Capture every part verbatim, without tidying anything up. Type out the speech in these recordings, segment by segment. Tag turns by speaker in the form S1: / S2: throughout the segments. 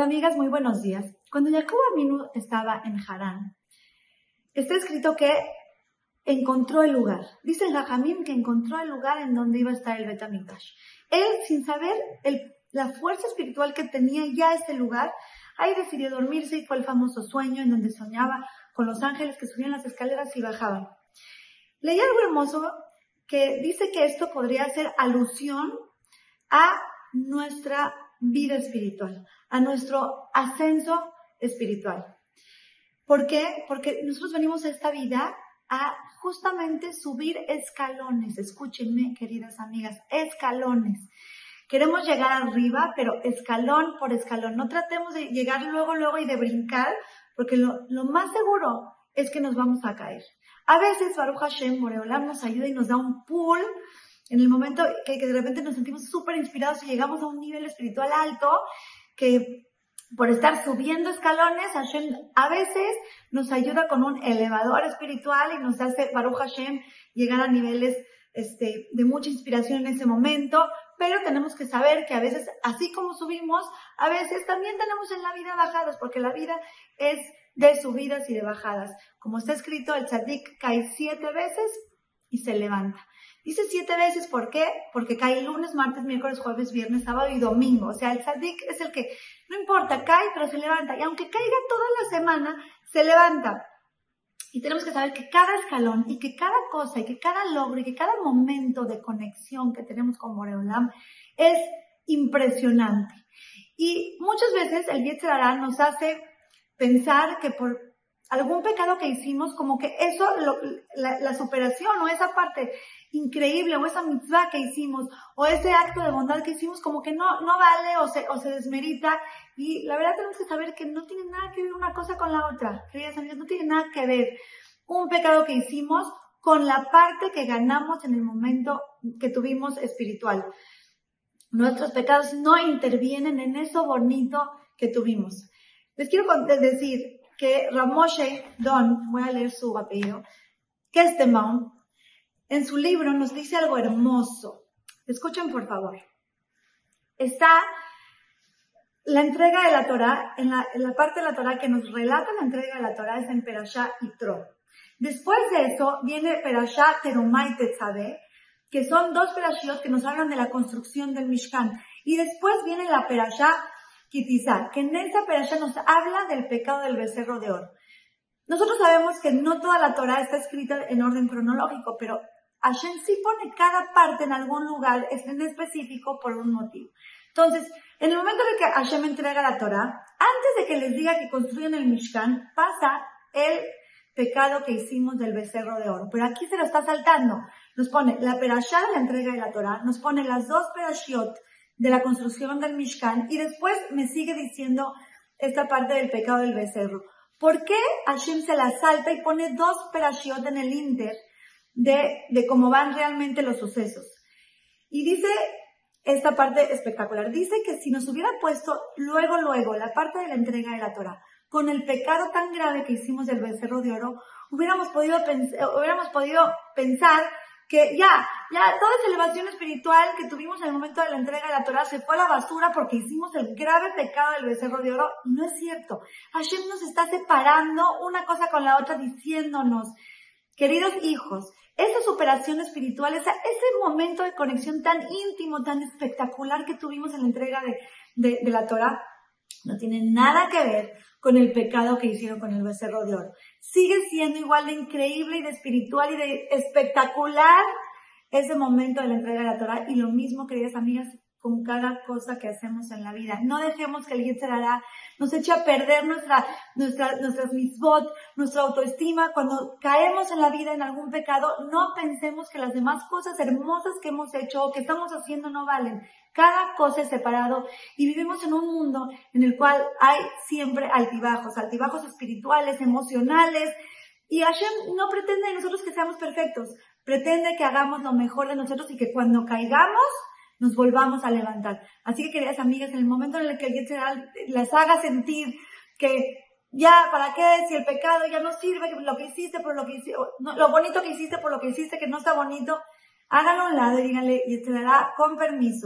S1: amigas, muy buenos días. Cuando Jacob Avinu estaba en Harán, está escrito que encontró el lugar. Dice el Jajamim que encontró el lugar en donde iba a estar el Bet HaMikdash. Él, sin saber el, la fuerza espiritual que tenía ya ese lugar, ahí decidió dormirse y fue el famoso sueño en donde soñaba con los ángeles que subían las escaleras y bajaban. Leí algo hermoso que dice que esto podría hacer alusión a nuestra vida espiritual, a nuestro ascenso espiritual. ¿Por qué? Porque nosotros venimos a esta vida a justamente subir escalones. Escúchenme, queridas amigas, escalones. Queremos llegar arriba, pero escalón por escalón. No tratemos de llegar luego, luego y de brincar, porque lo, lo más seguro es que nos vamos a caer. A veces, Baruch Hashem, Boreolam nos ayuda y nos da un pull en el momento que, que de repente nos sentimos súper inspirados y llegamos a un nivel espiritual alto, que por estar subiendo escalones, Hashem a veces nos ayuda con un elevador espiritual y nos hace, Baruch Hashem, llegar a niveles este, de mucha inspiración en ese momento, pero tenemos que saber que a veces, así como subimos, a veces también tenemos en la vida bajadas, porque la vida es de subidas y de bajadas. Como está escrito, el tzadik cae siete veces y se levanta. Dice siete veces, ¿por qué? Porque cae lunes, martes, miércoles, jueves, viernes, sábado y domingo. O sea, el tzadik es el que, no importa, cae, pero se levanta. Y aunque caiga toda la semana, se levanta. Y tenemos que saber que cada escalón y que cada cosa y que cada logro y que cada momento de conexión que tenemos con Boreolam es impresionante. Y muchas veces el Yetzer Hara nos hace pensar que por algún pecado que hicimos, como que eso, lo, la, la superación o esa parte increíble o esa mitzvah que hicimos o ese acto de bondad que hicimos, como que no, no vale o se, o se desmerita. Y la verdad tenemos que saber que no tiene nada que ver una cosa con la otra. Queridas amigas, no tiene nada que ver un pecado que hicimos con la parte que ganamos en el momento que tuvimos espiritual. Nuestros pecados no intervienen en eso bonito que tuvimos. Les quiero decir que Rav Moshe Don, voy a leer su apellido, Kestemon, en su libro nos dice algo hermoso. Escuchen por favor. Está la entrega de la Torá, en la, en la parte de la Torá que nos relata la entrega de la Torá es en Perashá Yitro. Después de eso viene Perashá Terumá y Tetzaveh, que son dos perashiot que nos hablan de la construcción del Mishkan. Y después viene la Perashá Kitizá, que en esa perashá nos habla del pecado del becerro de oro. Nosotros sabemos que no toda la Torá está escrita en orden cronológico, pero Hashem sí pone cada parte en algún lugar en específico por un motivo. Entonces, en el momento en que Hashem entrega la Torá, antes de que les diga que construyan el Mishkan, pasa el pecado que hicimos del becerro de oro. Pero aquí se lo está saltando. Nos pone la perashá de la entrega de la Torá, nos pone las dos perashiot de la construcción del Mishkan, y después me sigue diciendo esta parte del pecado del becerro. ¿Por qué Hashem se la salta y pone dos perashiot en el inter de, de cómo van realmente los sucesos? Y dice esta parte espectacular, dice que si nos hubiera puesto luego, luego, la parte de la entrega de la Torá, con el pecado tan grave que hicimos del becerro de oro, hubiéramos podido, pens- hubiéramos podido pensar que ya, ya toda esa elevación espiritual que tuvimos en el momento de la entrega de la Torá se fue a la basura porque hicimos el grave pecado del becerro de oro. Y no es cierto. Hashem nos está separando una cosa con la otra, diciéndonos, queridos hijos, esa superación espiritual, esa, ese momento de conexión tan íntimo, tan espectacular que tuvimos en la entrega de, de, de la Torá, no tiene nada que ver con el pecado que hicieron con el becerro de oro. Sigue siendo igual de increíble y de espiritual y de espectacular ese momento de la entrega de la Torá. Y lo mismo, queridas amigas, con cada cosa que hacemos en la vida. No dejemos que el Yetzer Hara nos eche a perder nuestra, nuestra, nuestras mitzvot, nuestra autoestima. Cuando caemos en la vida en algún pecado, no pensemos que las demás cosas hermosas que hemos hecho o que estamos haciendo no valen. Cada cosa es separado y vivimos en un mundo en el cual hay siempre altibajos, altibajos espirituales, emocionales, y Hashem no pretende de nosotros que seamos perfectos, pretende que hagamos lo mejor de nosotros y que cuando caigamos nos volvamos a levantar. Así que, queridas amigas, en el momento en el que el Yetzer Hara las haga sentir que ya, ¿para qué? Si el pecado ya no sirve, lo que hiciste por lo que hiciste, no, lo bonito que hiciste por lo que hiciste que no está bonito, háganlo a un lado y díganle, Yetzer Hara, con permiso,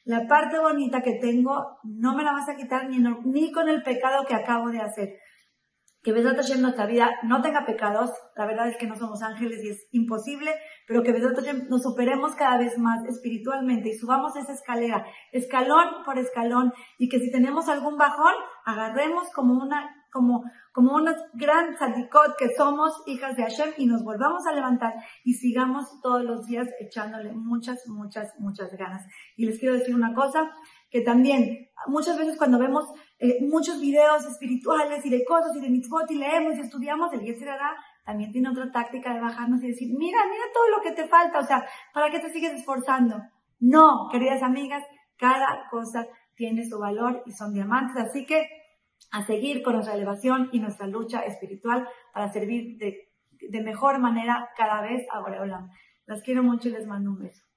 S1: La parte bonita que tengo no me la vas a quitar ni, no, ni con el pecado que acabo de hacer. Que Besat Hashem nuestra vida no tenga pecados, la verdad es que no somos ángeles y es imposible, pero que Besat Hashem nos superemos cada vez más espiritualmente y subamos esa escalera, escalón por escalón, y que si tenemos algún bajón, agarremos como una, como, como una gran tzadikot que somos hijas de Hashem y nos volvamos a levantar y sigamos todos los días echándole muchas, muchas, muchas ganas. Y les quiero decir una cosa, que también muchas veces cuando vemos eh, muchos videos espirituales y de cosas y de mitzvot y leemos y estudiamos, el Yetzer Hara también tiene otra táctica de bajarnos y decir, mira, mira todo lo que te falta, o sea, ¿para qué te sigues esforzando? No, queridas amigas, cada cosa tiene su valor y son diamantes, así que a seguir con nuestra elevación y nuestra lucha espiritual para servir de, de mejor manera cada vez a Boreolam. Las quiero mucho y les mando un beso.